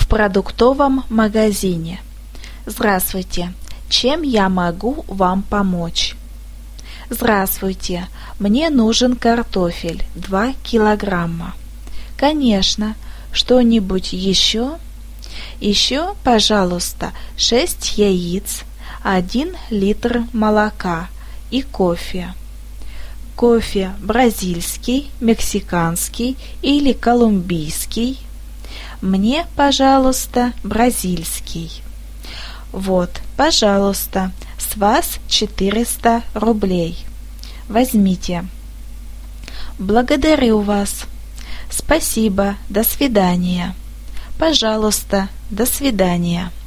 в продуктовом магазине. Здравствуйте, чем я могу вам помочь? Здравствуйте, мне нужен картофель 2 килограмма. Конечно, что-нибудь еще? Еще, пожалуйста, 6 яиц, 1 литр молока и кофе. Кофе бразильский, мексиканский или колумбийский? Мне, пожалуйста, бразильский. Вот, пожалуйста, с вас 400 рублей. Возьмите. Благодарю вас. Спасибо, до свидания. Пожалуйста, до свидания.